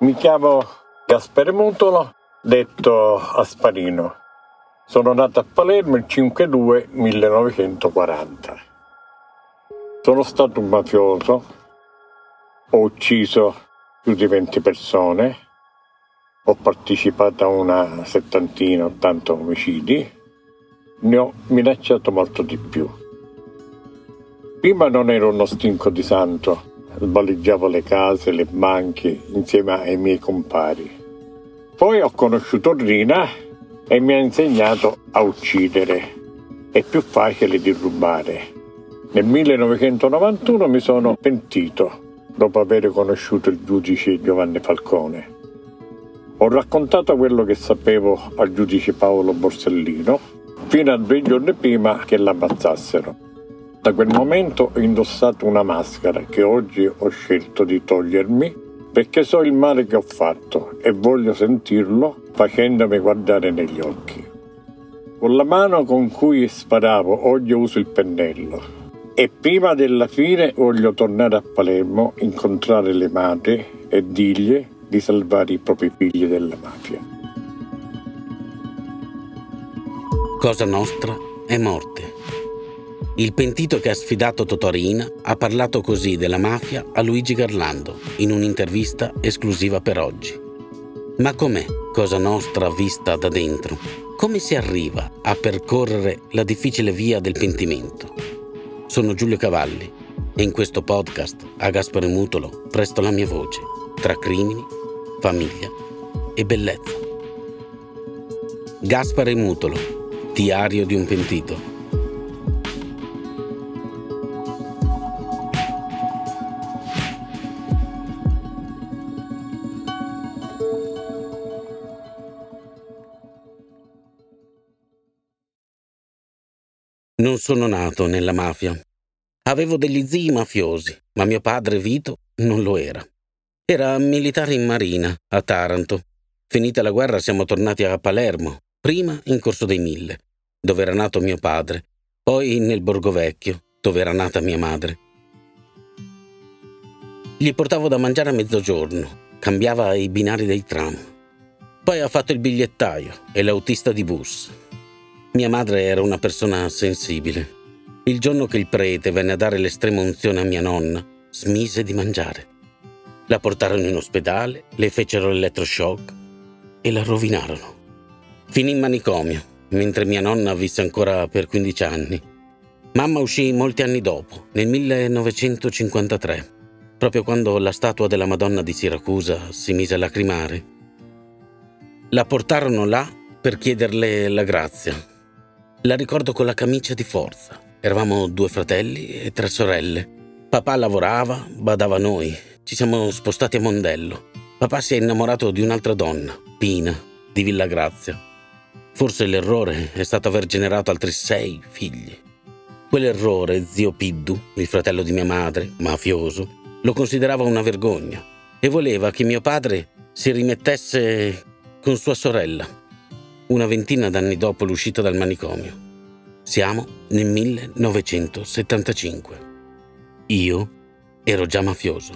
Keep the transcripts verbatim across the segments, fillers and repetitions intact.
Mi chiamo Gaspare Mutolo, detto Asparino. Sono nato a Palermo il cinque due millenovecentoquaranta. Sono stato un mafioso, ho ucciso più di venti persone, ho partecipato a una settantina, ottanta omicidi, ne ho minacciato molto di più. Prima non ero uno stinco di santo, svaliggiavo le case, le banche insieme ai miei compari. Poi ho conosciuto Rina e mi ha insegnato a uccidere. È più facile di rubare. Nel millenovecentonovantuno mi sono pentito dopo aver conosciuto il giudice Giovanni Falcone. Ho raccontato quello che sapevo al giudice Paolo Borsellino fino a due giorni prima che l'ammazzassero. Da quel momento ho indossato una maschera che oggi ho scelto di togliermi perché so il male che ho fatto e voglio sentirlo facendomi guardare negli occhi. Con la mano con cui sparavo oggi uso il pennello e prima della fine voglio tornare a Palermo, incontrare le madri e dirgli di salvare i propri figli dalla mafia. Cosa Nostra è morte. Il pentito che ha sfidato Totò Riina ha parlato così della mafia a Luigi Garlando in un'intervista esclusiva per oggi. Ma com'è Cosa Nostra vista da dentro? Come si arriva a percorrere la difficile via del pentimento? Sono Giulio Cavalli e in questo podcast a Gaspare Mutolo presto la mia voce tra crimini, famiglia e bellezza. Gaspare Mutolo, diario di un pentito. Non sono nato nella mafia. Avevo degli zii mafiosi, ma mio padre Vito non lo era. Era militare in marina, a Taranto. Finita la guerra siamo tornati a Palermo, prima in Corso dei Mille, dove era nato mio padre, poi nel Borgo Vecchio, dove era nata mia madre. Gli portavo da mangiare a mezzogiorno, cambiava i binari dei tram. Poi ha fatto il bigliettaio e l'autista di bus. Mia madre era una persona sensibile. Il giorno che il prete venne a dare l'estrema unzione a mia nonna, smise di mangiare. La portarono in ospedale, le fecero l'elettroshock e la rovinarono. Finì in manicomio, mentre mia nonna visse ancora per quindici anni. Mamma uscì molti anni dopo, nel millenovecentocinquantatré, proprio quando la statua della Madonna di Siracusa si mise a lacrimare. La portarono là per chiederle la grazia. La ricordo con la camicia di forza. Eravamo due fratelli e tre sorelle. Papà lavorava, badava a noi. Ci siamo spostati a Mondello. Papà si è innamorato di un'altra donna, Pina, di Villa Grazia. Forse l'errore è stato aver generato altri sei figli. Quell'errore zio Piddu, il fratello di mia madre, mafioso, lo considerava una vergogna e voleva che mio padre si rimettesse con sua sorella. Una ventina d'anni dopo l'uscita dal manicomio. Siamo nel millenovecentosettantacinque. Io ero già mafioso.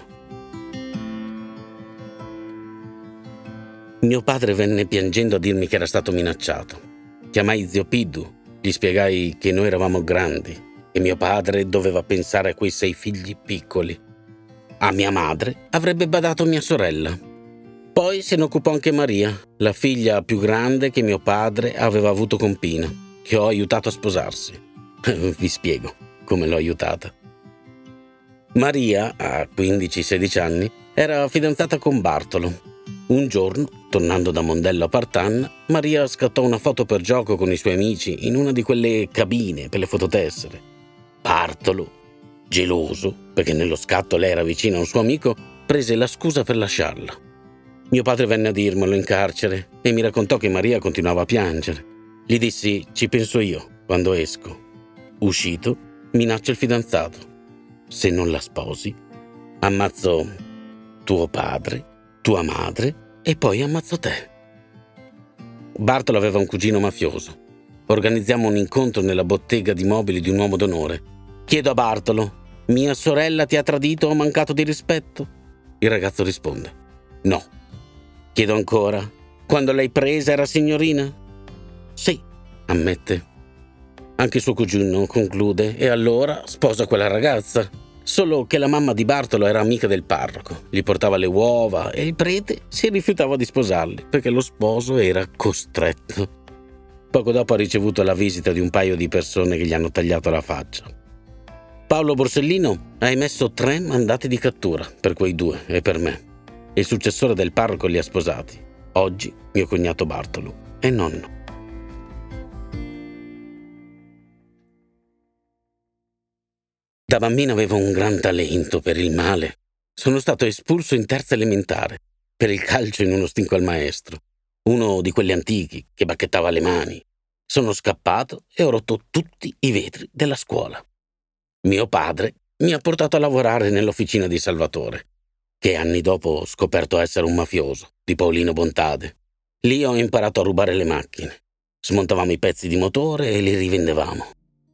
Mio padre venne piangendo a dirmi che era stato minacciato. Chiamai zio Piddu, gli spiegai che noi eravamo grandi e mio padre doveva pensare a quei sei figli piccoli. A mia madre avrebbe badato mia sorella. Poi se ne occupò anche Maria, la figlia più grande che mio padre aveva avuto con Pina, che ho aiutato a sposarsi. Vi spiego come l'ho aiutata. Maria, a quindici sedici anni, era fidanzata con Bartolo. Un giorno, tornando da Mondello a Partanna, Maria scattò una foto per gioco con i suoi amici in una di quelle cabine per le fototessere. Bartolo, geloso, perché nello scatto lei era vicina a un suo amico, prese la scusa per lasciarla. Mio padre venne a dirmelo in carcere e mi raccontò che Maria continuava a piangere. Gli dissi, ci penso io, quando esco. Uscito, minaccio il fidanzato. Se non la sposi, ammazzo tuo padre, tua madre e poi ammazzo te. Bartolo aveva un cugino mafioso. Organizziamo un incontro nella bottega di mobili di un uomo d'onore. Chiedo a Bartolo, mia sorella ti ha tradito o mancato di rispetto? Il ragazzo risponde, no. Chiedo ancora, quando l'hai presa era signorina? Sì, ammette. Anche suo cugino conclude, e allora sposa quella ragazza. Solo che la mamma di Bartolo era amica del parroco, gli portava le uova e il prete si rifiutava di sposarli perché lo sposo era costretto. Poco dopo ha ricevuto la visita di un paio di persone che gli hanno tagliato la faccia. Paolo Borsellino ha emesso tre mandati di cattura per quei due e per me. Il successore del parroco li ha sposati. Oggi mio cognato Bartolo è nonno. Da bambino avevo un gran talento per il male. Sono stato espulso in terza elementare per il calcio in uno stinco al maestro, uno di quelli antichi che bacchettava le mani. Sono scappato e ho rotto tutti i vetri della scuola. Mio padre mi ha portato a lavorare nell'officina di Salvatore, che anni dopo ho scoperto essere un mafioso, di Paolino Bontade. Lì ho imparato a rubare le macchine. Smontavamo i pezzi di motore e li rivendevamo.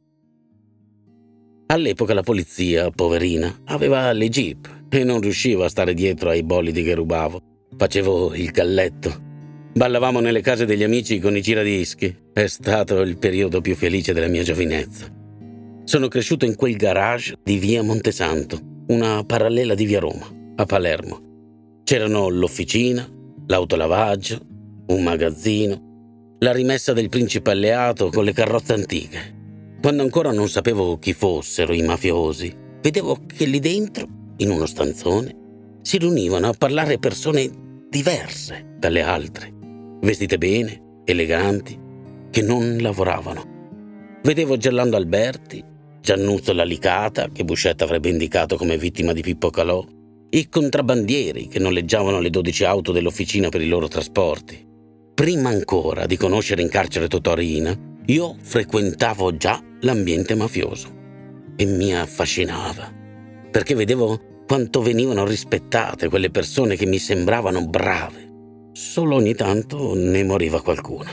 All'epoca la polizia, poverina, aveva le jeep e non riusciva a stare dietro ai bolidi che rubavo. Facevo il galletto. Ballavamo nelle case degli amici con i giradischi. È stato il periodo più felice della mia giovinezza. Sono cresciuto in quel garage di via Montesanto, una parallela di via Roma, a Palermo. C'erano l'officina, l'autolavaggio, un magazzino, la rimessa del principe alleato con le carrozze antiche. Quando ancora non sapevo chi fossero i mafiosi, vedevo che lì dentro, in uno stanzone, si riunivano a parlare persone diverse dalle altre, vestite bene, eleganti, che non lavoravano. Vedevo Gerlando Alberti, Giannuzzo Lalicata, che Buscetta avrebbe indicato come vittima di Pippo Calò, i contrabbandieri che noleggiavano le dodici auto dell'officina per i loro trasporti. Prima ancora di conoscere in carcere Totò Riina, io frequentavo già l'ambiente mafioso e mi affascinava, perché vedevo quanto venivano rispettate quelle persone che mi sembravano brave. Solo ogni tanto ne moriva qualcuna.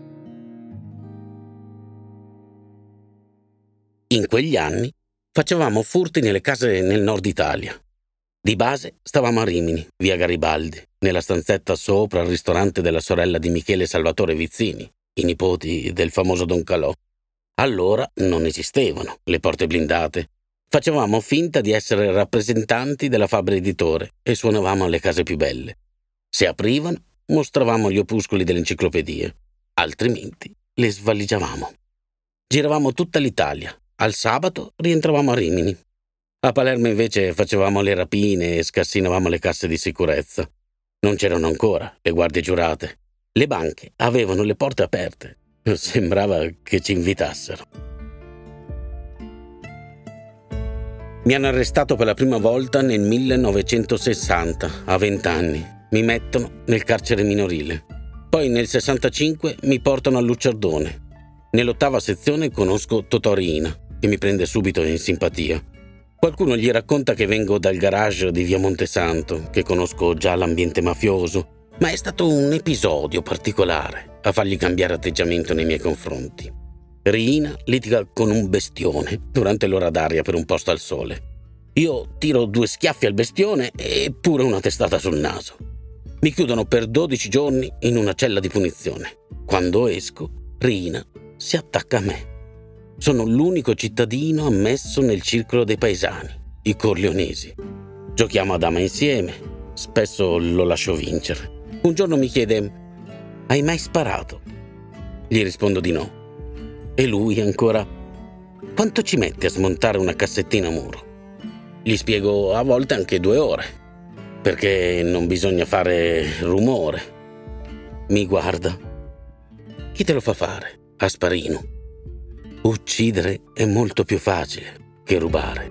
In quegli anni facevamo furti nelle case nel nord Italia. Di base stavamo a Rimini, via Garibaldi, nella stanzetta sopra il ristorante della sorella di Michele Salvatore Vizzini, i nipoti del famoso Don Calò. Allora non esistevano le porte blindate. Facevamo finta di essere rappresentanti della Fabbri Editore e suonavamo alle case più belle. Se aprivano, mostravamo gli opuscoli delle enciclopedie, altrimenti le svaligiavamo. Giravamo tutta l'Italia. Al sabato rientravamo a Rimini. A Palermo invece facevamo le rapine e scassinavamo le casse di sicurezza. Non c'erano ancora le guardie giurate. Le banche avevano le porte aperte. Sembrava che ci invitassero. Mi hanno arrestato per la prima volta nel millenovecentosessanta, a vent'anni. Mi mettono nel carcere minorile. Poi nel sessantacinque mi portano a Lucciardone. Nell'ottava sezione conosco Totò Riina, che mi prende subito in simpatia. Qualcuno gli racconta che vengo dal garage di via Montesanto, che conosco già l'ambiente mafioso, ma è stato un episodio particolare a fargli cambiare atteggiamento nei miei confronti. Riina litiga con un bestione durante l'ora d'aria per un posto al sole. Io tiro due schiaffi al bestione e pure una testata sul naso. Mi chiudono per dodici giorni in una cella di punizione. Quando esco, Riina si attacca a me. Sono l'unico cittadino ammesso nel circolo dei paesani, i corleonesi. Giochiamo a dama insieme, spesso lo lascio vincere. Un giorno mi chiede: hai mai sparato? Gli rispondo di no. E lui ancora: quanto ci metti a smontare una cassettina a muro? Gli spiego a volte anche due ore, perché non bisogna fare rumore. Mi guarda. Chi te lo fa fare, Asparino? Uccidere è molto più facile che rubare.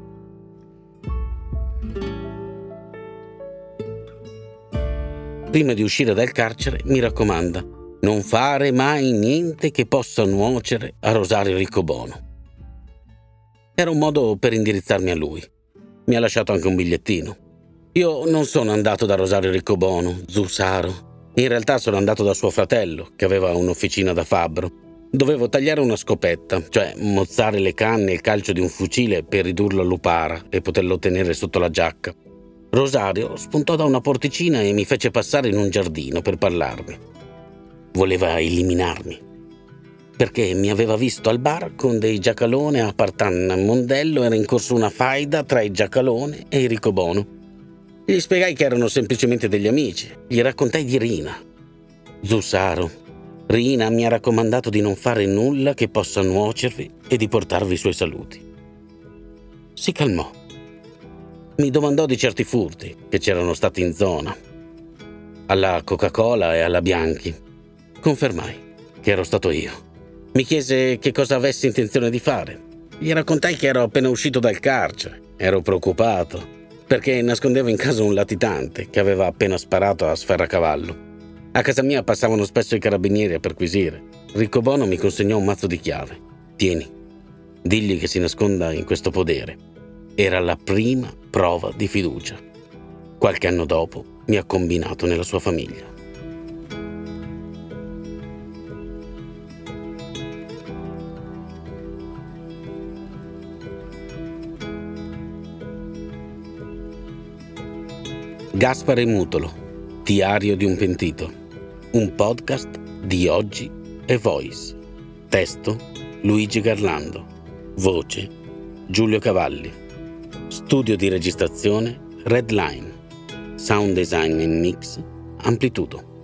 Prima di uscire dal carcere mi raccomanda: non fare mai niente che possa nuocere a Rosario Riccobono. Era un modo per indirizzarmi a lui. Mi ha lasciato anche un bigliettino. Io non sono andato da Rosario Riccobono, Zusaro. In realtà sono andato da suo fratello, che aveva un'officina da fabbro. Dovevo tagliare una scopetta, cioè mozzare le canne e il calcio di un fucile per ridurlo a lupara e poterlo tenere sotto la giacca. Rosario spuntò da una porticina e mi fece passare in un giardino per parlarmi. Voleva eliminarmi, perché mi aveva visto al bar con dei Giacalone a Partanna Mondello. Era in corso una faida tra i Giacalone e i Ricobono. Gli spiegai che erano semplicemente degli amici. Gli raccontai di Rina. Zussaro, Rina mi ha raccomandato di non fare nulla che possa nuocervi e di portarvi i suoi saluti. Si calmò. Mi domandò di certi furti che c'erano stati in zona, alla Coca-Cola e alla Bianchi. Confermai che ero stato io. Mi chiese che cosa avessi intenzione di fare. Gli raccontai che ero appena uscito dal carcere. Ero preoccupato perché nascondevo in casa un latitante che aveva appena sparato a Sferracavallo. A casa mia passavano spesso i carabinieri a perquisire. Riccobono mi consegnò un mazzo di chiave. Tieni, digli che si nasconda in questo podere. Era la prima prova di fiducia. Qualche anno dopo mi ha combinato nella sua famiglia. Gaspare Mutolo, Diario di un pentito, un podcast di Oggi e Voice. Testo Luigi Garlando, voce Giulio Cavalli, studio di registrazione Redline, sound design e mix Amplitudo.